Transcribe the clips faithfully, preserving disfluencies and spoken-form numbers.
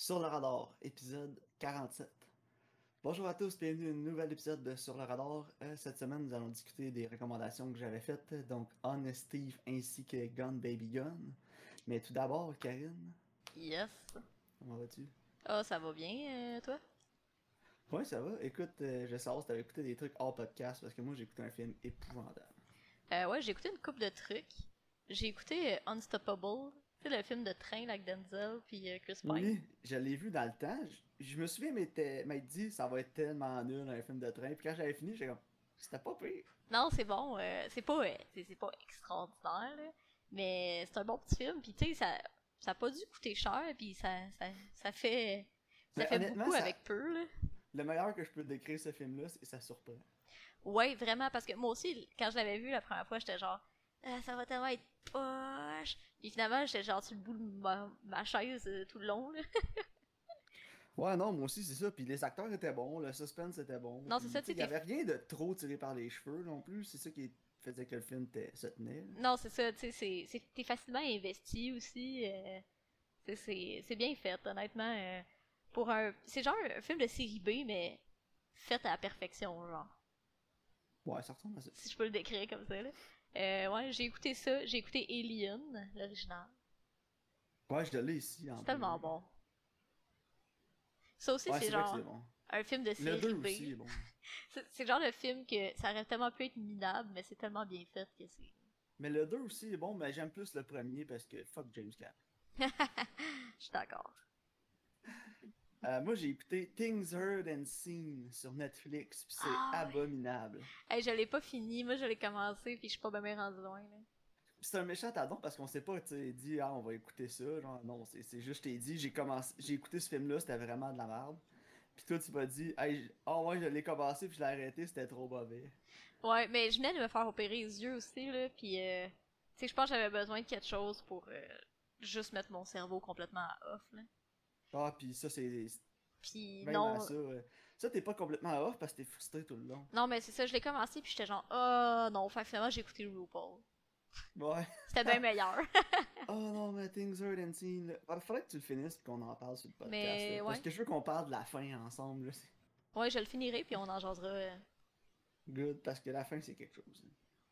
Sur le radar, épisode quarante-sept. Bonjour à tous, bienvenue à un nouvel épisode de Sur le radar. Euh, cette semaine, nous allons discuter des recommandations que j'avais faites, donc Honest Steve ainsi que Gun Baby Gun. Mais tout d'abord, Karine, Yes. comment vas-tu? Ah, ça va bien, euh, toi? Ouais, ça va. Écoute, euh, je sais savoir si t'avais écouté des trucs hors podcast parce que moi j'ai écouté un film épouvantable. Euh, ouais, j'ai écouté une couple de trucs. J'ai écouté euh, Unstoppable, tu sais, le film de train avec Denzel puis euh, Chris Pine. Oui, je l'ai vu dans le temps. Je, je me souviens m'être m'être dit ça va être tellement nul un film de train. Puis quand j'avais fini, j'étais comme c'était pas pire. Non, c'est bon, euh, c'est pas, euh, c'est c'est pas extraordinaire, là, mais c'est un bon petit film. Puis tu sais, ça, ça a pas dû coûter cher, puis ça, ça, ça fait, ça Mais fait honnêtement, beaucoup ça, avec peu, là. le meilleur que je peux décrire ce film-là, c'est ça surprend. Ouais, vraiment, parce que moi aussi, quand je l'avais vu la première fois, j'étais genre, ah, ça va tellement être poche. Et finalement, j'étais genre sur le bout de ma, ma chaise euh, tout le long, là. Ouais, non, moi aussi, c'est ça. Puis les acteurs étaient bons, le suspense était bon. Non, c'est Puis, ça, tu tu sais, sais, il y t'es... avait rien de trop tiré par les cheveux non plus. C'est ça qui faisait que le film était- se tenait. Là. Non, c'est ça, tu sais, c'est, c'est, t'es facilement investi aussi. Euh, c'est, c'est, c'est bien fait, honnêtement. Euh, pour un... C'est genre un film de série B, mais fait à la perfection, genre. Ouais, ça ressemble à ça. Si je peux le décrire comme ça, là. Euh, ouais, j'ai écouté ça. J'ai écouté Alien, l'original. Ouais, je l'ai ici en C'est tellement Blu-ray. bon. Ça aussi, Ouais, c'est c'est vrai que genre c'est bon. un film de Le série deux B. aussi est bon. C'est, c'est le genre de film que ça aurait tellement pu être minable, mais c'est tellement bien fait que c'est... Mais le deux aussi est bon, mais j'aime plus le premier parce que fuck James Cameron. Je suis d'accord. Euh, moi, j'ai écouté Things Heard and Seen sur Netflix, puis c'est Ah ouais. abominable. Hey, je l'ai pas fini. Moi, je l'ai commencé, puis je suis pas bien rendu loin, là. Puis c'est un méchant addon parce qu'on s'est pas, tu sais, dit, ah, on va écouter ça. Genre, non, c'est c'est juste, je t'ai dit, j'ai commencé, j'ai écouté ce film-là, c'était vraiment de la merde. Puis toi, tu m'as dit, hey, j- ah ouais, je l'ai commencé, puis je l'ai arrêté, c'était trop mauvais. Ouais, mais je venais de me faire opérer les yeux aussi, là, puis euh, tu sais, je pense que j'avais besoin de quelque chose pour euh, juste mettre mon cerveau complètement à off, là. Ah, puis ça, c'est c'est- Puis même à non, ça. euh, Ça, t'es pas complètement off parce que t'es frustré tout le long. non, mais c'est ça, je l'ai commencé, puis j'étais genre, ah non, fait que finalement, j'ai écouté RuPaul. Ouais. C'était bien meilleur. Oh non, mais Things Heard and Seen. Là. Ah, faudrait que tu le finisses et qu'on en parle sur le podcast. Là, Mais parce ouais, que je veux qu'on parle de la fin ensemble. Là. C'est ouais, je le finirai, puis on en jasera. euh. good, parce que la fin, c'est quelque chose.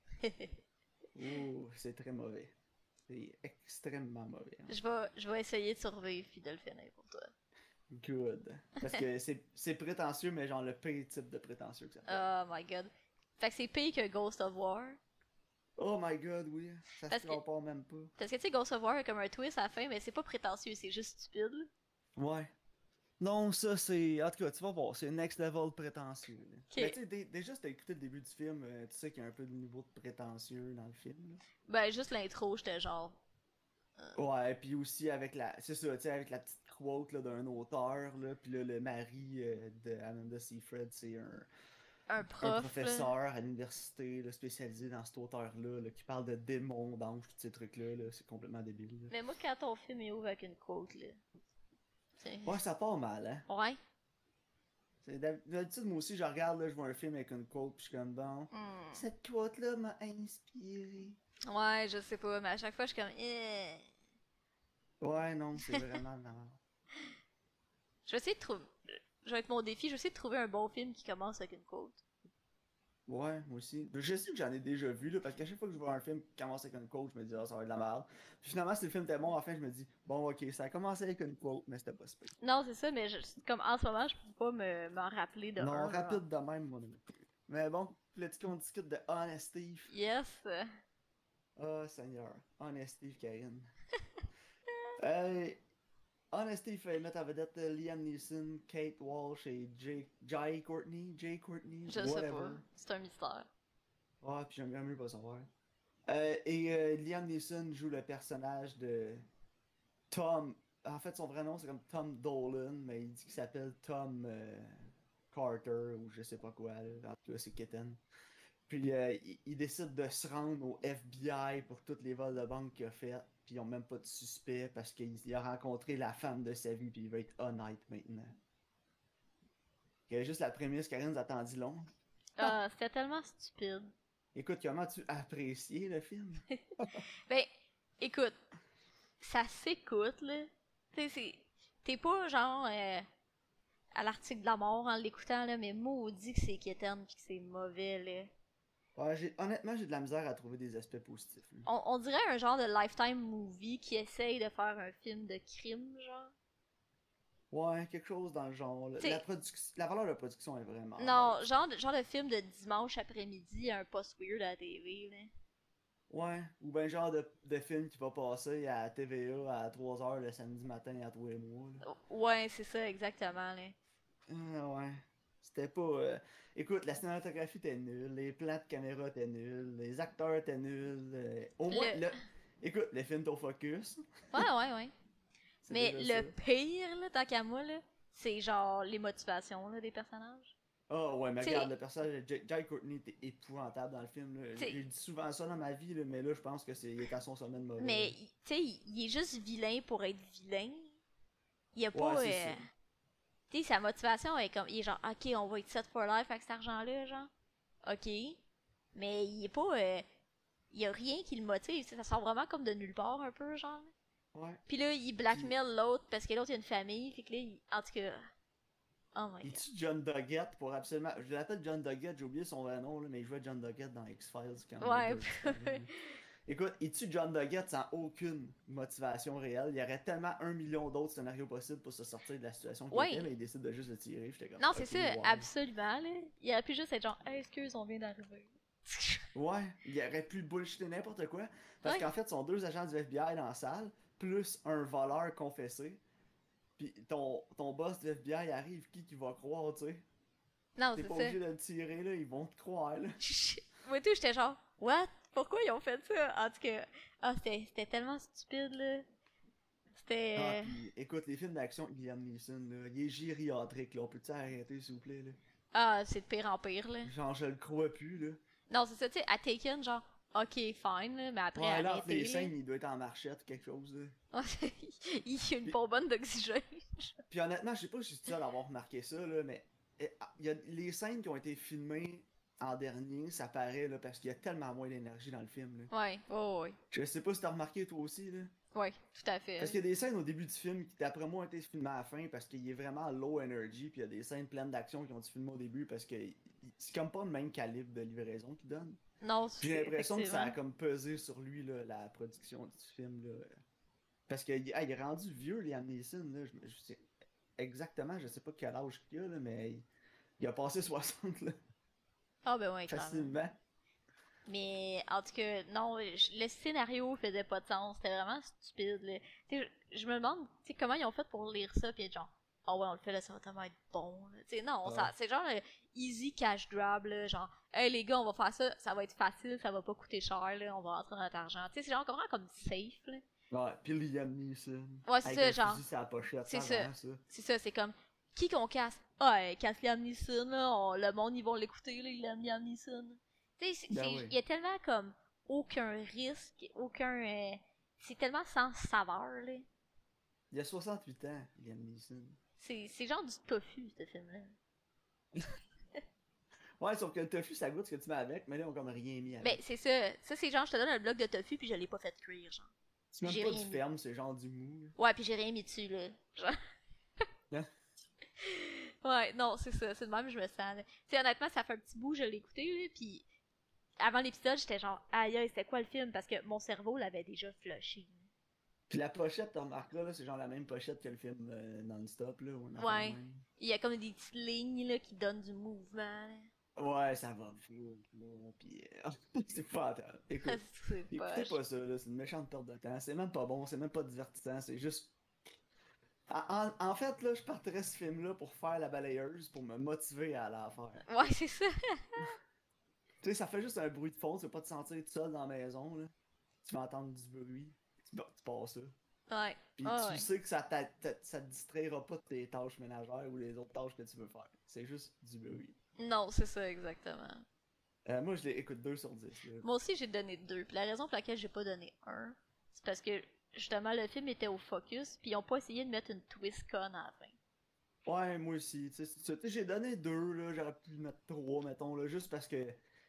Ouh, c'est très mauvais. C'est extrêmement mauvais. Hein. Je vais, je vais essayer de survivre, puis de le finir pour toi. Good. Parce que c'est c'est prétentieux, mais genre le pire type de prétentieux que ça peut être. Oh my god. Fait que c'est pire que Ghost of War. Oh my god, oui. Ça se Parce que, compare même pas. parce que tu sais, Ghost of War a comme un twist à la fin, mais c'est pas prétentieux, c'est juste stupide, là. Ouais. Non, ça c'est. En tout cas, tu vas voir, c'est next level prétentieux. Là. Mais tu Ok. sais, dé- déjà, si t'as écouté le début du film, euh, tu sais qu'il y a un peu de niveau de prétentieux dans le film. Là. Ben, juste l'intro, j'étais genre. Ouais, puis aussi avec la. C'est ça, tu sais, avec la petite quote là, d'un auteur, là, puis là, le mari euh, de Amanda Seyfried, c'est un, Un un prof, là. professeur à l'université là, spécialisé dans cet auteur-là, là, qui parle de démons, d'anges, tous ces trucs-là, là, c'est complètement débile. Là. Mais moi, quand ton film est ouvre avec une quote, là. C'est... Ouais, ça part mal, hein. Ouais. C'est d'hab- D'habitude, moi aussi, je regarde, là, je vois un film avec une quote, puis je suis comme bon. Hmm. Cette quote-là m'a inspiré. Ouais, je sais pas, mais à chaque fois, je suis comme. Eh. Ouais, non, c'est vraiment non. Je vais essayer de trouver. Je vais être mon défi, je vais essayer de trouver un bon film qui commence avec une quote. Ouais, moi aussi. Je sais que j'en ai déjà vu, là, parce qu'à chaque fois que je vois un film qui commence avec une quote, je me dis, ah, ça va être de la merde. Puis finalement, si le film était bon, enfin, je me dis, bon, ok, ça a commencé avec une quote, mais c'était pas super. Non, c'est ça, mais je, comme en ce moment, je peux pas me, m'en rappeler de Non, un, genre. rapide de même, moi, non plus. Mais bon, là, tu qu'on discute de Honest Steve. Yes. Ah, Seigneur. Honest Steve, Karine. Hey, Honest Steve fait mettre en vedette euh, Liam Neeson, Kate Walsh et Jay, Jai Courtney, Jay Courtney, Je sais pas. whatever. C'est un mystère. Ah, puis j'aimerais mieux pas savoir. Euh, et euh, Liam Neeson joue le personnage de Tom. En fait, son vrai nom, c'est comme Tom Dolan, mais il dit qu'il s'appelle Tom euh, Carter ou je sais pas quoi. Là. En tout cas, c'est Kitten. Puis euh, il, il décide de se rendre au F B I pour tous les vols de banque qu'il a fait. Puis ils ont même pas de suspect parce qu'il il a rencontré la femme de sa vie, puis il va être honnête maintenant. Il y a juste la prémisse, Karine nous attendit long. Ah! Ah, c'était tellement stupide. Écoute, comment tu apprécié le film? Ben, écoute, ça s'écoute, là. Tu sais, c'est... t'es pas genre euh, à l'article de la mort en l'écoutant, là, mais maudit que c'est quétaine pis que c'est mauvais, là. Ouais, j'ai, honnêtement, j'ai de la misère à trouver des aspects positifs. Là. On, on dirait un genre de Lifetime movie qui essaye de faire un film de crime, genre. Ouais, quelque chose dans le genre. là. La, T'sais, produc- la valeur de production est vraiment non, basse. genre, de- genre de film de dimanche après-midi, un post weird à la T V, là. Ouais, ou ben genre de, de film qui va passer à T V A à trois heures le samedi matin à tous les mois. Là. Ouais, c'est ça, exactement, là. Ah, ouais. C'était pas. euh, Écoute, la cinématographie était nulle, les plans de caméra étaient nuls, les acteurs étaient nuls. euh, Au moins, Le... le. Écoute, le film est au focus. Ouais, ouais, ouais. C'est Mais déjà ça. le pire, là, tant qu'à moi, là, c'est genre les motivations, là, des personnages. Ah ouais, mais Tu regarde, sais, le personnage de Jai Jai Courtney était épouvantable dans le film. là. tu sais, J'ai dit souvent ça dans ma vie, là, mais là, je pense que c'est il est à son sommet de mauvais. mais, là. tu sais, il il est juste vilain pour être vilain. Il a Ouais, pas. c'est ça. euh, Tu sais, sa motivation est comme. Il est genre, ok, on va être set for life avec cet argent-là, genre. Ok. Mais il est pas. euh, Il y a rien qui le motive. Tu sais, ça sort vraiment comme de nulle part, un peu, genre. Ouais. Puis là, il Puis, blackmail l'autre parce que l'autre, il a une famille. Fait que là, il... en tout cas. Oh my il god. tue John Doggett pour absolument. Je l'appelle John Doggett, j'ai oublié son vrai nom, là, mais il jouait John Doggett dans X-Files quand Ouais. Mulder disparaît. là. Écoute, il tue John Doggett sans aucune motivation réelle. Il y aurait tellement un million d'autres scénarios possibles pour se sortir de la situation qu'il était, Ouais. mais il décide de juste le tirer. J'étais comme, Non, c'est ok, ça, wow. absolument, là. Il aurait pu juste être genre, hey, excuse, on vient d'arriver. Ouais, il aurait pu bullshiter n'importe quoi. Parce Ouais. qu'en fait, ce sont deux agents du F B I dans la salle, plus un voleur confessé. Puis ton, ton boss du F B I arrive, qui qui va croire, tu sais? Non, T'es c'est pas ça. obligé de le tirer, là, ils vont te croire, là. Moi, tout, j'étais genre, what? Pourquoi ils ont fait ça? En tout cas, ah, c'était c'était tellement stupide, là. Ah, C'était. puis écoute, les films d'action avec Liam Neeson, là, il est gériatrique, là, on peut-tu arrêter, s'il vous plaît, là? Ah, c'est de pire en pire, là. Genre, je le crois plus, là. Non, c'est ça, tu sais, à Taken, genre, ok, fine, là, mais après, Ouais, là, entre les arrêtez, là. scènes, il doit être en marchette ou quelque chose, là. Il y a une Puis, bonbonne d'oxygène. puis honnêtement, je sais pas si je suis seul à avoir remarqué ça, là, mais eh, ah, il y a les scènes qui ont été filmées en dernier, ça paraît, là, parce qu'il y a tellement moins d'énergie dans le film, là. Ouais, oh, ouais, Je sais pas si t'as remarqué toi aussi, là. ouais, tout à fait. Parce qu'il y a des scènes au début du film qui, d'après moi, ont été filmées à la fin parce qu'il est vraiment low energy, puis il y a des scènes pleines d'action qui ont été filmées au début parce que il- c'est comme pas le même calibre de livraison qu'il donne. Non, Puis j'ai c'est l'impression que ça a effectivement. comme pesé sur lui, là, la production du film, là. Parce qu'il ah, il est rendu vieux, Liam Neeson, là. Je, me- je sais exactement, je sais pas quel âge qu'il a, là, mais il, il a passé soixante, là, Ah, ben ouais, clairement. facilement. Mais en tout cas, non, je- le scénario faisait pas de sens. C'était vraiment stupide. Là. Tu sais, Je, je me demande tu sais, comment ils ont fait pour lire ça puis être genre, oh ouais, on le fait là, ça va tellement être bon. Là. Tu sais, non, Ouais. ça, c'est genre le easy cash grab. Là, genre, hey les gars, on va faire ça, ça va être facile, ça va pas coûter cher, là, on va rentrer notre argent. Tu sais, c'est genre vraiment comme safe. Là. Ouais, puis Liam Neeson. Ouais, c'est Avec ça, un genre, fusil sur la pochette, c'est ça, ça. vraiment ça. C'est ça, c'est comme, qui qu'on casse? Ah, hey, casse Liam Neeson, là, on- le monde, ils vont l'écouter, là, il aime Liam Neeson. Tu sais, c'est- Ben c'est- oui. il y a tellement comme aucun risque, aucun. euh, c'est tellement sans saveur, là. Il a soixante-huit ans, Liam Neeson. C'est c'est genre du tofu, ce film-là. Ouais, sauf que le tofu, ça goûte ce que tu mets avec, mais là, on a comme rien mis Ben, avec. c'est ça. Ça, c'est genre, je te donne un bloc de tofu, puis je l'ai pas fait cuire, genre. C'est même J'ai pas rien du mis. ferme, c'est genre du mou. Ouais, puis j'ai rien mis dessus, là. Genre. Là. Ouais, non, c'est ça. C'est de même que je me sens, là. Tu sais, honnêtement, ça fait un petit bout, je l'ai écouté, là, puis avant l'épisode, j'étais genre, aïe, aïe, c'était quoi le film? Parce que mon cerveau l'avait déjà flushé. Puis la pochette, t'as remarqué là, c'est genre la même pochette que le film euh, non-stop, là, ou une affaire Ouais. de même. Il y a comme des petites lignes, là, qui donnent du mouvement, là. Ouais, ça va vite, là, pis euh, c'est pas attends. Écoute, C'est écoutez poche. pas ça, là, c'est une méchante perte de temps. C'est même pas bon, c'est même pas divertissant, c'est juste... En, en- en fait, là, je partirais ce film-là pour faire la balayeuse, pour me motiver à la faire. Ouais, c'est ça. Tu sais, ça fait juste un bruit de fond, tu vas pas te sentir tout seul dans la maison, là. Tu vas entendre du bruit, tu, bah, tu passes ça. Ouais. Puis Ah tu ouais. sais que ça, t'a- t'a- ça te distraira pas de tes tâches ménagères ou les autres tâches que tu veux faire. C'est juste du bruit. Non, c'est ça, exactement. Euh, moi, je les écoute deux sur dix. Là. Moi aussi, j'ai donné deux. Puis la raison pour laquelle j'ai pas donné un, c'est parce que, justement, le film était au focus, puis ils ont pas essayé de mettre une twist con à la fin. Ouais, moi aussi. Tu sais, tu sais, j'ai donné deux, là. J'aurais pu mettre trois, mettons, là, juste parce que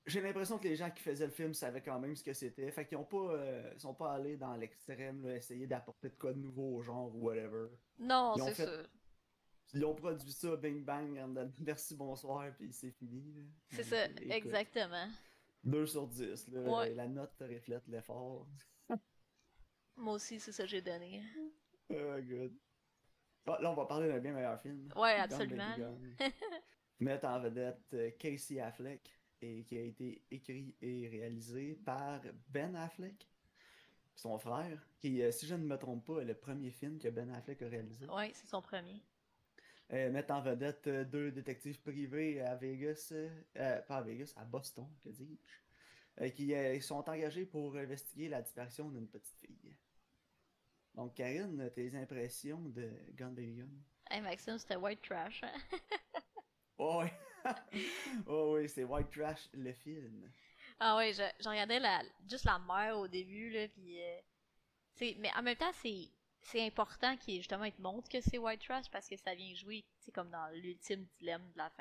j'ai l'impression que les gens qui faisaient le film savaient quand même ce que c'était. Fait qu'ils ont pas, euh, ils sont pas allés dans l'extrême, là, essayer d'apporter de quoi de nouveau au genre ou whatever. Non, Ils ont c'est fait, sûr. ils ont produit ça, bing bang, en dedans de merci, bonsoir, puis c'est fini. Là. C'est Donc, ça, euh, écoute, exactement. deux sur dix, là, Ouais, euh, la note reflète l'effort. moi aussi, c'est ça que j'ai donné. Oh, good. Bon, là, on va parler d'un bien meilleur film, Ouais, Gone Baby absolument. Gone. Met en vedette euh, Casey Affleck, et qui a été écrit et réalisé par Ben Affleck, son frère, qui, euh, si je ne me trompe pas, est le premier film que Ben Affleck a réalisé. Ouais, c'est son premier. Euh, met en vedette euh, deux détectives privés à Vegas, euh, euh, pas à Vegas, à Boston, que dis-je, euh, qui euh, sont engagés pour investiguer la disparition d'une petite fille. Donc, Karine, tes impressions de Gone Baby Gone? Hey Maxime, c'était white trash. Hein? Oh, ouais. Oh oui, c'est White Trash, le film. Ah ouais, je, je regardais la, juste la mère au début, là, pis... euh, c'est- mais en même temps, c'est c'est important qu'il justement il te montre que c'est white trash parce que ça vient jouer, c'est comme dans l'ultime dilemme de la fin.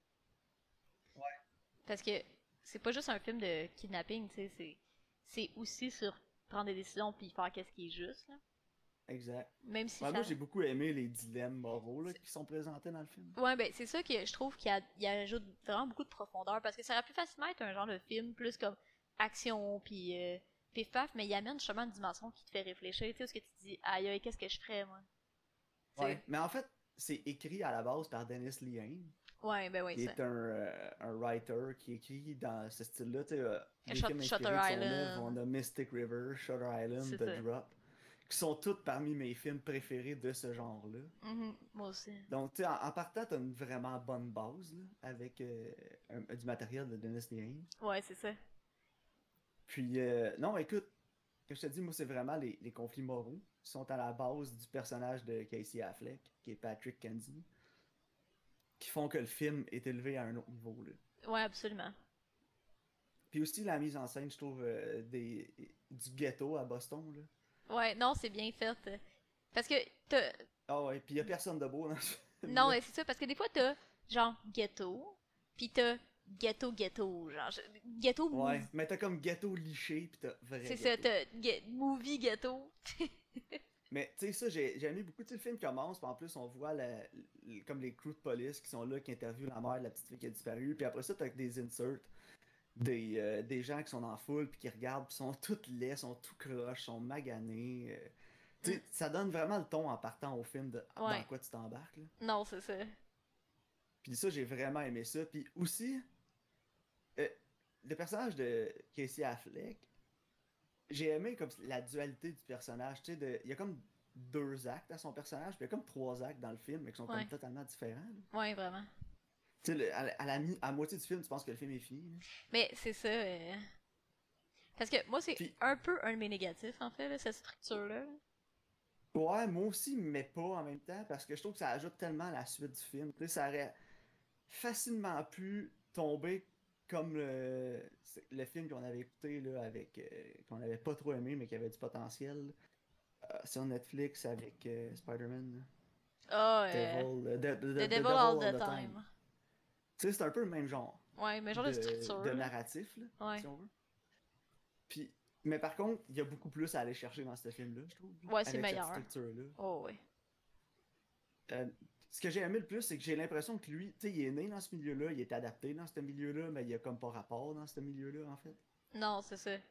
Parce que c'est pas juste un film de kidnapping, tu sais, c'est c'est aussi sur prendre des décisions puis faire qu'est-ce qui est juste, là. Exact. Même si Ouais, moi, ça... j'ai beaucoup aimé les dilemmes moraux là, c'est- qui sont présentés dans le film. Ouais, ben c'est ça que je trouve qu'il y a- il ajoute vraiment beaucoup de profondeur parce que ça aurait pu facilement être un genre de film plus comme action puis euh, pif paf, mais il amène justement une dimension qui te fait réfléchir, tu sais, où ce que tu te dis, aïe aïe, qu'est-ce que je ferais, moi? Tu Ouais. sais. Mais en fait, c'est écrit à la base par Dennis Lehane, Ouais, ben oui, qui ça. est un, euh, un writer qui écrit dans ce style-là. Tu sais, euh, des Shut- films Shutter inspirés de son œuvre. On Island, a Mystic River, Shutter Island, c'est The ça. Drop, qui sont toutes parmi mes films préférés de ce genre-là. Mhm, moi aussi. Donc, tu sais, en, en partant, t'as une vraiment bonne base là, avec euh, un- du matériel de Dennis Lehane. Ouais, c'est ça. Puis, euh, non, écoute, que je te dis, moi, c'est vraiment les, les conflits moraux qui sont à la base du personnage de Casey Affleck, qui est Patrick Kenzie, qui font que le film est élevé à un autre niveau, là. Ouais, absolument. Puis aussi la mise en scène, je trouve, euh, des, du ghetto à Boston, là. Ouais, non, c'est bien fait. euh, Parce que t'as... Ah ouais, puis il y a personne de beau dans ce Non, film-là. mais c'est ça, parce que des fois, t'as genre ghetto, pis t'as ghetto ghetto, genre je- ghetto Ouais, movie. mais t'as comme ghetto liché, puis t'as vrai C'est ça, ghetto. t'as ge- movie ghetto. Mais tu sais, ça, j'ai j'ai aimé beaucoup. Tu sais, le film commence, puis en plus, on voit la- l- comme les crews de police qui sont là, qui interviewent la mère de la petite fille qui a disparu. Puis après ça, t'as des inserts, des, euh, des gens qui sont en foule, puis qui regardent, puis sont toutes laids, sont tout croches, sont maganés. euh. Tu Mm, sais, ça donne vraiment le ton en partant au film de dans ouais, quoi tu t'embarques, là. non, c'est ça. Puis ça, j'ai vraiment aimé ça. Puis aussi, euh, le personnage de Casey Affleck, j'ai aimé comme la dualité du personnage. Tu sais, de- il y a comme deux actes à son personnage, puis il y a comme trois actes dans le film, mais qui sont comme Ouais, totalement différents, là. ouais, vraiment. Tu sais, le- à, la, à la mi- à moitié du film, tu penses que le film est fini, là. Mais c'est ça. euh, Parce que moi, c'est Puis, un peu un de mes négatifs, en fait, là, cette structure-là. ouais, moi aussi, mais pas en même temps, parce que je trouve que ça ajoute tellement à la suite du film. Tu sais, ça aurait facilement pu tomber comme le, c'est- le film qu'on avait écouté, là, avec, euh, qu'on n'avait pas trop aimé, mais qui avait du potentiel, euh, sur Netflix avec euh, Spider-Man, là. Ah, euh, Devil, euh, the, the- The the- the Devil Devil All All the the Time. Time. Tu sais, c'est un peu le même genre Ouais, mais genre de de, structure, de là. narratif, là, Ouais. si on veut. Puis, mais par contre, il y a beaucoup plus à aller chercher dans ce film-là, je trouve, là, Ouais, c'est avec cette meilleur. structure-là. Oh, ouais. Euh, ce que j'ai aimé le plus, c'est que j'ai l'impression que lui, tu sais, il est né dans ce milieu-là, il est adapté dans ce milieu-là, mais il a comme pas rapport dans ce milieu-là, en fait. Non, c'est ça.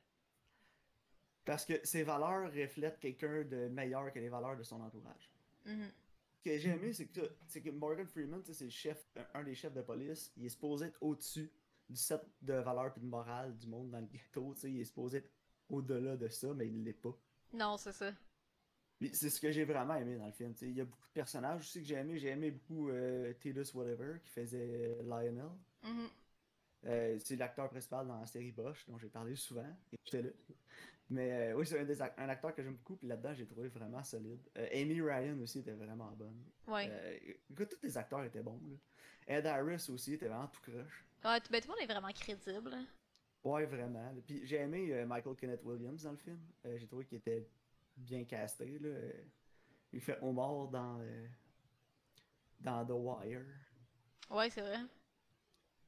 Parce que ses valeurs reflètent quelqu'un de meilleur que les valeurs de son entourage. Mhm. Ce que j'ai aimé, c'est que, c'est que Morgan Freeman, tu sais, c'est le chef, un, un des chefs de police, il est supposé être au-dessus du set de valeurs et de morale du monde dans le ghetto, tu sais, il est supposé être au-delà de ça, mais il l'est pas. Non, c'est ça. Puis c'est ce que j'ai vraiment aimé dans le film, tu sais. Il y a beaucoup de personnages aussi que j'ai aimé. J'ai aimé beaucoup euh, Tidus Whatever, qui faisait euh, Lionel. Mhm. Euh, c'est l'acteur principal dans la série Bosch, dont j'ai parlé souvent. Écoutez-le. Mais euh, oui, c'est un, des ac- un acteur que j'aime beaucoup, puis là-dedans, j'ai trouvé vraiment solide. Euh, Amy Ryan aussi était vraiment bonne. Ouais. Euh, écoute, tous les acteurs étaient bons, là. Ed Harris aussi était vraiment tout croche. Ouais, t- ben, tout le monde est vraiment crédible. Ouais, vraiment. Là. Puis j'ai aimé euh, Michael Kenneth Williams dans le film. Euh, j'ai trouvé qu'il était bien casté, là. Euh, il fait Omar dans, euh, dans The Wire. Ouais, c'est vrai.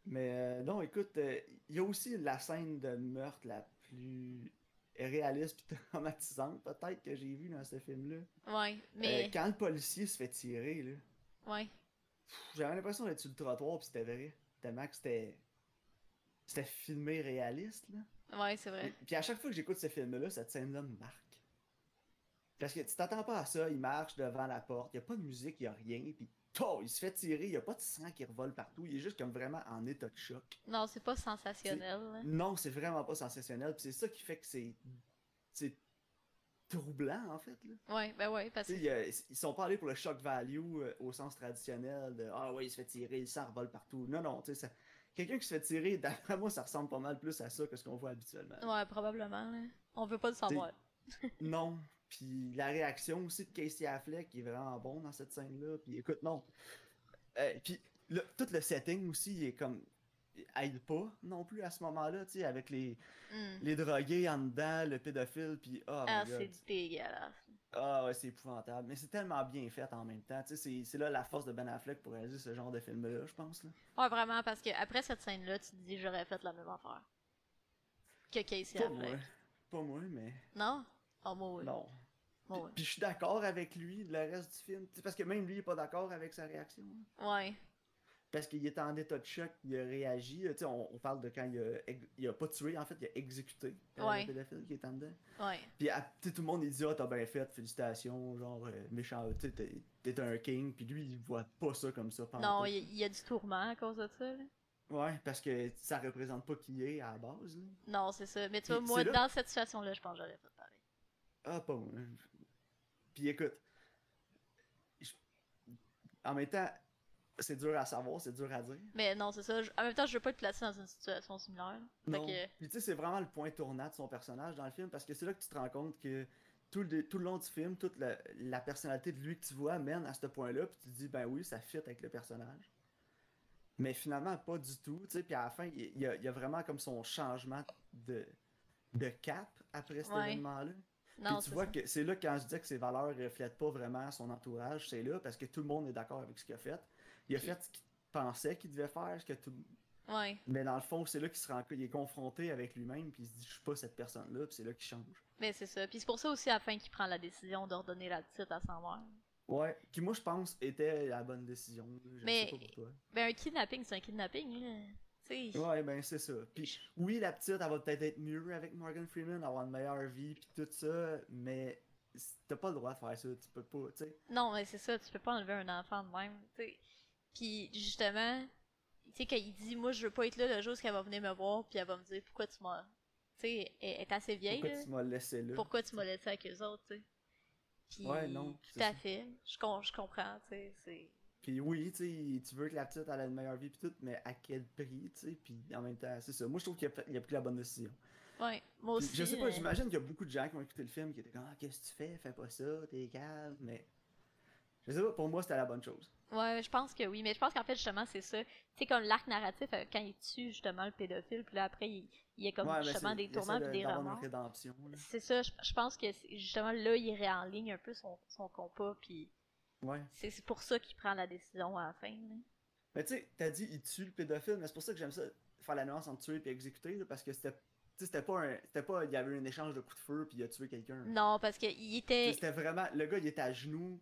Mais euh, non, écoute, euh, il y a aussi la scène de meurtre la plus réaliste puis traumatisante, peut-être, que j'ai vue dans ce film-là. Ouais, Euh, mais. quand le policier se fait tirer, là, Ouais. pff, j'avais l'impression d'être sur le trottoir puis c'était vrai. Tellement que c'était c'était filmé réaliste, là. Ouais, c'est Et- vrai. Puis à chaque fois que j'écoute ce film-là, cette scène-là me marque. Parce que tu t'attends pas à ça, il marche devant la porte, il n'y a pas de musique, il n'y a rien, puis oh, il se fait tirer, il n'y a pas de sang qui revole partout, il est juste comme vraiment en état de choc. Non, c'est pas Tu sais, sensationnel, là. non, c'est vraiment pas sensationnel, puis c'est ça qui fait que c'est c'est troublant en fait. Là. Ouais, ben ouais, parce Tu que. sais, il y a- ils sont pas allés pour le shock value euh, au sens traditionnel de ah ouais, il se fait tirer, le sang revole partout. Non, non, tu sais, ça- quelqu'un qui se fait tirer, d'après moi, ça ressemble pas mal plus à ça que ce qu'on voit habituellement. Ouais, probablement, là. On veut pas le Tu sais, savoir. non. Puis la réaction aussi de Casey Affleck qui est vraiment bon dans cette scène-là. Puis écoute, non. Euh, puis le- tout le setting aussi, il est comme. Il aide pas non plus à ce moment-là, tu sais, avec les, Hmm. les drogués en dedans, le pédophile, puis oh my Ah, god. c'est dégueulasse. Ah ouais, c'est épouvantable. Mais c'est tellement bien fait en même temps. Tu sais, c'est c'est là la force de Ben Affleck pour réaliser ce genre de film-là, je pense. Là. Ouais, vraiment, parce que après cette scène-là, tu te dis, j'aurais fait la même affaire que Casey Pas moi. Affleck. Pas moi, mais Non? Oh, moi, oui. non. Moi, Puis, oui. puis je suis d'accord avec lui, le reste du film. Tu sais, parce que même lui, il est pas d'accord avec sa réaction. Hein. Ouais. Parce qu'il est en état de choc, il a réagi. Tu sais, on, on parle de quand il a, ex- il a pas tué, en fait, il a exécuté euh, le Ouais. pédophile qui est en dedans. Ouais. Puis à- tu sais, tout le monde, il dit ah, t'as bien fait, félicitations, genre euh, méchant, tu sais, t'es t'es un king. Puis lui, il voit pas ça comme ça pendant Non, tout. il y, il y a du tourment à cause de ça, là. Ouais, parce que ça représente pas qui il est à la base. Là. Non, c'est ça. Mais tu vois, Puis moi, c'est là. dans cette situation-là, je pense que j'aurais fait pareil. Ah, pas moi. Puis écoute, je- en même temps, c'est dur à savoir, c'est dur à dire. Mais non, c'est ça. Je- En même temps, je veux pas être placé dans une situation similaire. Fait Non. que. Puis tu sais, c'est vraiment le point tournant de son personnage dans le film parce que c'est là que tu te rends compte que tout le, tout le long du film, toute la, la personnalité de lui que tu vois mène à ce point-là. Puis tu te dis, ben oui, ça fit avec le personnage. Mais finalement, pas du tout. Tu sais, puis à la fin, il y, a, il y a vraiment comme son changement de, de cap après cet Ouais. événement-là. Puis Non, tu c'est vois ça. que c'est là quand je disais que ses valeurs reflètent pas vraiment son entourage, c'est là parce que tout le monde est d'accord avec ce qu'il a fait. Il a Puis, fait ce qu'il pensait qu'il devait faire, ce que tout... ouais. mais dans le fond, c'est là qu'il se rend il est confronté avec lui-même puis il se dit je suis pas cette personne-là, puis c'est là qu'il change. Mais c'est ça. Puis c'est pour ça aussi, à la fin, qu'il prend la décision d'ordonner la petite à sa mère. Ouais, qui moi je pense était la bonne décision. là. Je sais Mais, pas pour toi. ben, un kidnapping, c'est un kidnapping, là. Tu sais. Ouais, ben c'est ça. Puis oui, la petite, elle va peut-être être mieux avec Morgan Freeman, avoir une meilleure vie puis tout ça, mais t'as pas le droit de faire ça, tu peux pas, tu sais. Non, mais c'est ça, tu peux pas enlever un enfant de même, tu sais. Puis justement, tu sais, quand il dit, moi, je veux pas être là le jour où elle va venir me voir, puis elle va me dire, pourquoi tu m'as. Tu sais, elle est assez vieille, Pourquoi là. tu m'as laissé là? Pourquoi tu m'as laissé avec eux autres, tu sais. Ouais, non, Puis, c'est tout à ça. fait. Je, com- je comprends, tu sais. C'est. Puis oui, tu sais, tu veux que la petite elle ait une meilleure vie puis tout, mais à quel prix, tu sais, puis en même temps, c'est ça. Moi, je trouve qu'il a, fait- il a pris la bonne décision. Ouais, moi Puis je sais aussi. pas, euh, j'imagine qu'il y a beaucoup de gens qui ont écouté le film qui étaient comme, ah, qu'est-ce que tu fais? Fais pas ça, t'es calme, mais je sais pas, pour moi, c'était la bonne chose. Ouais, je pense que oui, mais je pense qu'en fait, justement, c'est ça. Tu sais, comme l'arc narratif, euh, quand il tue justement le pédophile, puis là, après, il, il y a comme Ouais, mais justement c'est, des il essaie tourments puis de- des d'avoir une remords. rédemption, là. C'est ça, je, je pense que c'est- justement là, il réenligne un peu son, son compas, puis Ouais. c'est c'est pour ça qu'il prend la décision à la fin. Là. Mais tu sais, t'as dit, il tue le pédophile, mais c'est pour ça que j'aime ça, faire la nuance entre tuer et exécuter, là, parce que c'était, tu sais, c'était pas un, c'était pas, il y avait eu un échange de coups de feu puis il a tué quelqu'un. Non, parce qu'il Tu sais, était. c'était vraiment, le gars, il était à genoux,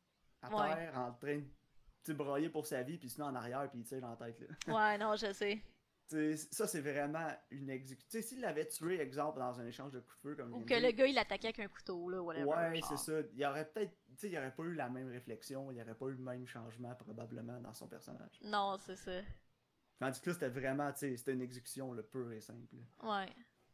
à Ouais. terre, en train de, tu sais, broyer pour sa vie, puis sinon en arrière, puis il tire dans la tête, là. Ouais, non, je sais. Tu sais, ça, c'est vraiment une exécution. Tu sais, s'il l'avait tué, exemple, dans un échange de coups de feu, comme je Ou viens que de le dire, gars, il attaquait avec un couteau, là, whatever. ouais, genre. c'est ça. Il y aurait peut-être, tu sais, il y aurait pas eu la même réflexion, il y aurait pas eu le même changement, probablement, dans son personnage. Non, c'est ça. Tandis que là, c'était vraiment, tu sais, c'était une exécution, le pure et simple. Ouais.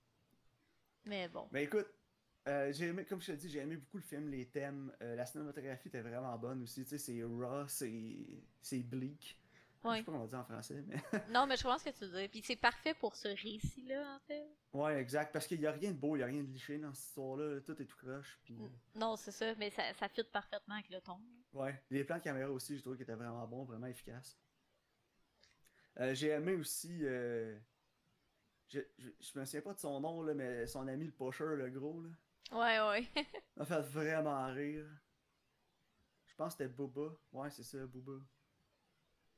Mais bon. Mais écoute, euh, j'ai aimé, comme je te dis, j'ai aimé beaucoup le film, les thèmes, euh, la cinématographie était vraiment bonne aussi, tu sais, c'est raw, c'est c'est bleak. Je sais Ouais. pas comment on dit en français, mais... Non, mais je comprends ce que tu veux dire. Puis c'est parfait pour ce récit-là, en fait. ouais, exact, parce qu'il y a rien de beau, il y a rien de liché dans cette histoire-là, tout est tout croche, puis... N- Non, c'est ça, mais ça, ça fit parfaitement avec le ton. Ouais, les plans de caméra aussi, je trouve qu'ils étaient vraiment bons, vraiment efficaces. Euh, j'ai aimé aussi... Euh... Je, je, je me souviens pas de son nom, là, mais son ami le pusher, le gros, là, Ouais, ouais. m'a fait vraiment rire. Je pense que c'était Booba. Ouais, c'est ça, Booba.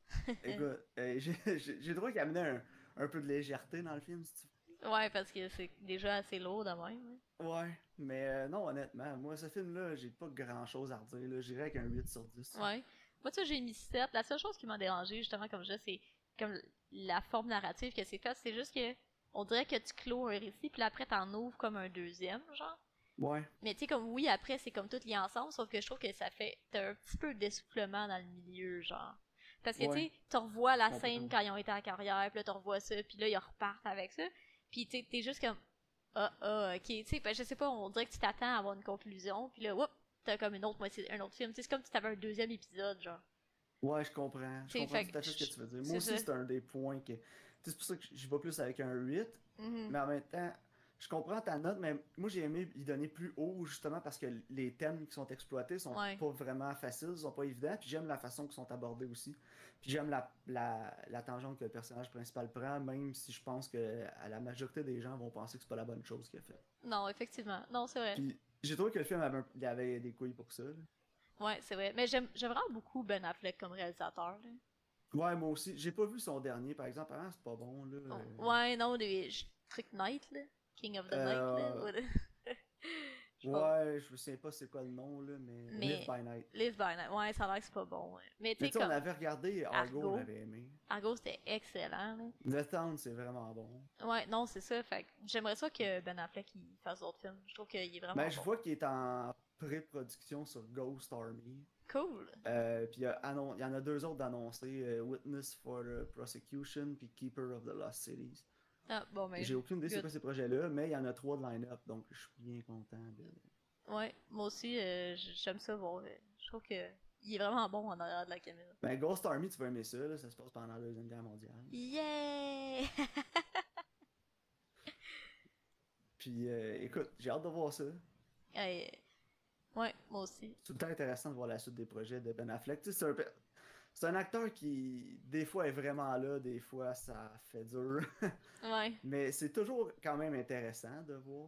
Écoute, euh, j'ai j'ai- j'ai trouvé qu'il amenait un, un peu de légèreté dans le film, si tu Ouais, parce que c'est déjà assez lourd de même. Hein. veux. Ouais, mais euh, non, honnêtement, moi, ce film-là, j'ai pas grand-chose à redire, là. J'irais avec un huit sur dix. Ouais. Moi, tu sais, j'ai mis sept. La seule chose qui m'a dérangé, justement, comme je disais, c'est comme la forme narrative que c'est fait. C'est juste que on dirait que tu clôt un récit, puis là, après, t'en ouvres comme un deuxième, genre. Ouais, Mais tu sais, comme oui, après, c'est comme tout lié ensemble, sauf que je trouve que ça fait. T'as un petit peu d'essoufflement dans le milieu, genre. Parce que tu ouais, sais, tu revois je la comprends. scène quand ils ont été en carrière, puis là, tu revois ça, puis là, ils repartent avec ça. Puis tu sais, t'es juste comme. Ah, ah, ok. Tu sais, ben, je sais pas, on dirait que tu t'attends à avoir une conclusion, puis là, whoop, t'as comme une autre moitié, un autre film. Tu sais, c'est comme si t'avais un deuxième épisode, genre. Ouais, je comprends. Je Tu sais, comprends fait tout à que. fait ce que tu veux dire. Moi C'est aussi, ça. c'est un des points que. Tu sais, c'est pour ça que j'y vais plus avec un huit. Mhm. Mais en même temps, je comprends ta note, mais moi j'ai aimé y donner plus haut justement parce que les thèmes qui sont exploités sont Ouais. pas vraiment faciles, sont pas évidents. Puis j'aime la façon qu'ils sont abordés aussi. Puis j'aime la, la, la tangente que le personnage principal prend, même si je pense que à la majorité des gens vont penser que c'est pas la bonne chose qu'il a fait. Non, effectivement. Non, c'est vrai. Puis j'ai trouvé que le film avait, un- il avait des couilles pour ça, là. Ouais, c'est vrai. Mais j'aime j'aime vraiment beaucoup Ben Affleck comme réalisateur, là. Ouais, moi aussi. J'ai pas vu son dernier, par exemple. Ah, c'est pas bon, là. Oh, Euh, ouais, non, les j- Trick Knight, là. King of the Night, là. euh, Ou le- Je sais pas. ouais, je me souviens pas c'est quoi le nom, là, mais Live Mais by Night. Live by Night, ouais, ça a l'air que c'est pas bon. Ouais. Mais tu Mais sais, tu sais, on comme avait regardé Argo, on Argo. avait aimé. Argo, c'était excellent, là. The Town, c'est vraiment bon. Ouais, non, c'est ça. Fait que j'aimerais ça que Ben Affleck il fasse d'autres films. Je trouve qu'il est vraiment Ben, je bon. vois qu'il est en pré-production sur Ghost Army. Cool. Euh, puis il y, a annon- il y en a deux autres d'annoncés, euh, Witness for the Prosecution puis Keeper of the Lost Cities. Ah, bon, mais. J'ai aucune idée c'est Good. quoi ces projets-là, mais il y en a trois de line-up, donc je suis bien content de... Ouais, moi aussi, euh, j- j'aime ça voir. euh, Je trouve que il est vraiment bon en arrière de la caméra. Ben, Ghost Army, tu vas aimer ça, là, ça se passe pendant la Deuxième Guerre mondiale. Yeah! Puis euh, écoute, j'ai hâte de voir ça. Euh, ouais, moi aussi. C'est tout le temps intéressant de voir la suite des projets de Ben Affleck. Tu sais, c'est un, pe- c'est un acteur qui, des fois, est vraiment là, des fois, ça fait dur. Ouais. Mais c'est toujours quand même intéressant de voir.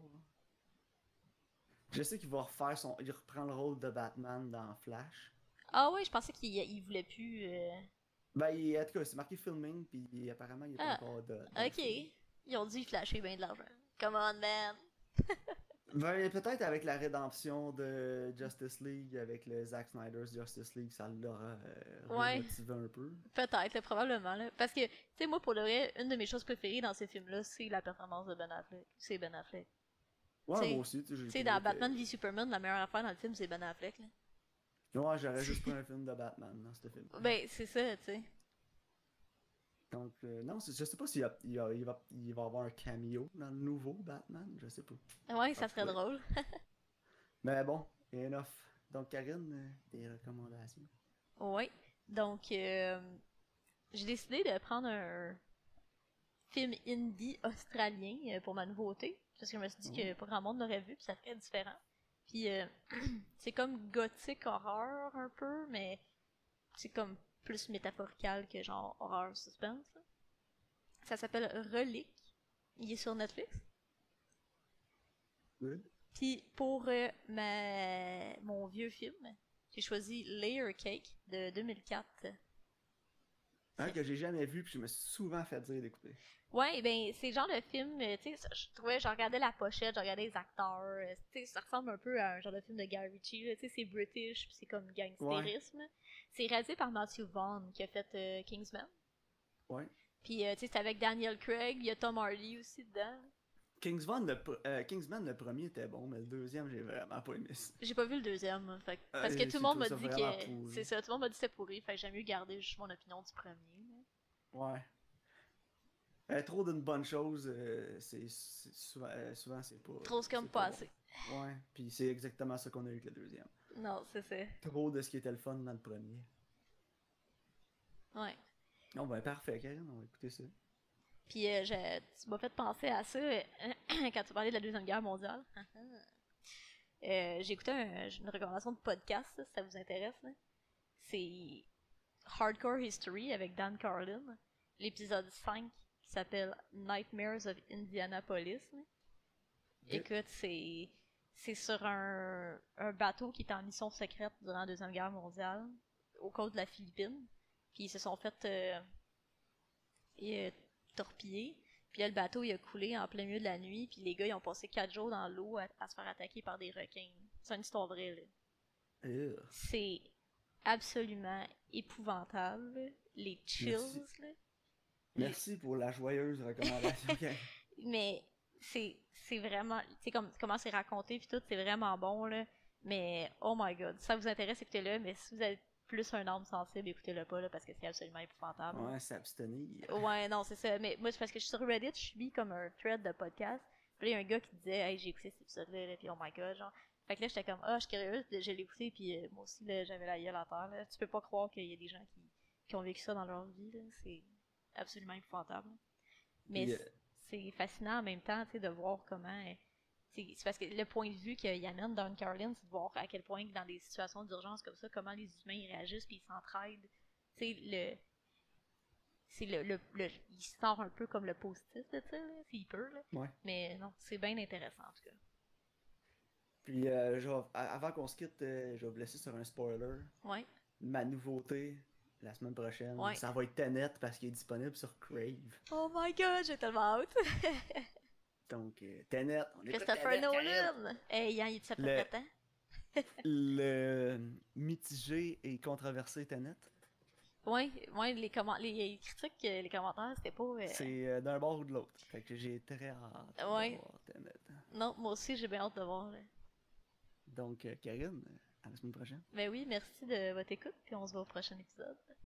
Je sais qu'il va refaire son. Il reprend le rôle de Batman dans Flash. Ah ouais, je pensais qu'il il voulait plus. euh, Ben, il, en tout cas, c'est marqué filming, puis apparemment, il est pas Ah, encore de, dans le ok. film. Ils ont dû y flasher bien de l'argent. Come on, man. Ben, peut-être avec la rédemption de Justice League, avec le Zack Snyder's Justice League, ça l'aura euh, Ouais. remotivé un peu. Peut-être, là, probablement. Là. Parce que, tu sais, moi, pour le vrai, une de mes choses préférées dans ces films-là, c'est la performance de Ben Affleck. C'est Ben Affleck. Ouais, T'sais- moi aussi, tu sais, j'ai Tu sais, trouvé dans que- Batman v Superman, la meilleure affaire dans le film, c'est Ben Affleck. Là. Ouais, j'aurais juste pris un film de Batman dans ce film. Ben, c'est ça, tu sais. Donc, euh, non, c'est- je sais pas s'il y a- il, y a- il va, il va avoir un cameo dans le nouveau Batman, je sais pas. Ouais, ça serait Ouais. drôle. Mais bon, enough. Donc, Karine, euh, tes recommandations. Ouais. Donc, euh, j'ai décidé de prendre un film indie australien euh, pour ma nouveauté. Parce que je me suis dit que pas grand monde l'aurait vu, puis ça ferait différent. Puis, euh, c'est comme gothique horreur un peu, mais c'est comme plus métaphorical que genre horreur suspense. là. Ça s'appelle Relique. Il est sur Netflix. Good. Puis pour euh, ma... mon vieux film, j'ai choisi Layer Cake de deux mille quatre. Un que j'ai jamais vu, puis je me suis souvent fait dire d'écouter. Ouais, ben c'est le genre de film, euh, tu sais, ça, je trouvais, je regardais la pochette, je regardais les acteurs, euh, tu sais, ça ressemble un peu à un genre de film de Guy Ritchie, là, tu sais, c'est british, puis c'est comme gangstérisme. C'est réalisé par Matthew Vaughn, qui a fait euh, Kingsman. Ouais. Puis, euh, tu sais, c'est avec Daniel Craig, il y a Tom Hardy aussi dedans. Kingsman le, pr- euh, Kingsman, le premier était bon, mais le deuxième, j'ai vraiment pas aimé ça. J'ai pas vu le deuxième, hein, fait, que- parce Euh, que tout j'ai le monde m'a trouvé dit ça vraiment que pourri. c'est ça, tout le monde m'a dit que c'était pourri, fait que j'aime mieux garder juste mon opinion du premier. là. Ouais. Euh, trop d'une bonne chose, euh, c'est c'est souvent, euh, souvent c'est pas. Trop c'est comme c'est pas bon. assez. Ouais, puis c'est exactement ça qu'on a eu avec le deuxième. Non, c'est ça. Trop de ce qui était le fun dans le premier. Ouais. Non, ben parfait, Karine, on va écouter ça. Puis euh, j'ai- tu m'as fait penser à ça euh, quand tu parlais de la Deuxième Guerre mondiale. Euh, j'ai écouté un- une recommandation de podcast, là, si ça vous intéresse. là. C'est Hardcore History avec Dan Carlin. L'épisode cinq qui s'appelle Nightmares of Indianapolis. là. Écoute, c'est c'est sur un, un bateau qui est en mission secrète durant la Deuxième Guerre mondiale, aux côtes de la Philippine. puis ils se sont fait euh, et, euh, torpiller. Puis là, le bateau, il a coulé en plein milieu de la nuit, puis les gars, ils ont passé quatre jours dans l'eau à, à se faire attaquer par des requins. C'est une histoire vraie, là. Ugh. C'est absolument épouvantable. Les chills, Merci. là. Merci pour la joyeuse recommandation. Ok. Mais c'est c'est vraiment, tu sais, comme, comment c'est raconté, puis tout, c'est vraiment bon, là. Mais, oh my god, si ça vous intéresse, écoutez-le, mais si vous êtes plus un âme sensible, écoutez-le pas, là, parce que c'est absolument épouvantable. Ouais, s'abstenir. Ouais, non, c'est ça. Mais moi, c'est parce que je suis sur Reddit, je suis comme un thread de podcast. Puis là, il y a un gars qui disait, hey, j'ai écouté cet épisode-là, là, puis oh my god, genre. Fait que là, j'étais comme, ah, je suis curieuse, puis je l'ai écouté, puis euh, moi aussi, là, j'avais la gueule à terre, là. Tu peux pas croire qu'il y a des gens qui, qui ont vécu ça dans leur vie, là. C'est absolument épouvantable. Mais Puis, euh, c'est c'est fascinant en même temps, tu sais, de voir comment. euh, C'est c'est parce que le point de vue qu'il amène dans Caroline, c'est de voir à quel point, que dans des situations d'urgence comme ça, comment les humains ils réagissent, puis ils s'entraident. Tu sais, le. C'est le, le, le- il sort un peu comme le positif de ça, là, s'il peut, là. ouais. Mais non, c'est bien intéressant, en tout cas. Puis, euh, je vais- a- avant qu'on se quitte, euh, je vais vous laisser sur un spoiler. Ouais, Ma nouveauté, la semaine prochaine, ouais. ça va être Tenet parce qu'il est disponible sur Crave. Oh my god, j'ai tellement hâte! Donc, euh, Tenet, on écoute Christopher Tenet, Karine. Nolan! Hey, hein, il est Le, fait temps? le mitigé et controversé Tenet, Ouais, ouais, les, comment les critiques, euh, les commentaires, c'était pas. euh, c'est euh, d'un bord ou de l'autre. Fait que j'ai très hâte de Ouais. voir Tenet. Non, moi aussi, j'ai bien hâte de voir, là. Donc, euh, Karine, à la semaine prochaine. Ben oui, merci de votre écoute, puis on se voit au prochain épisode.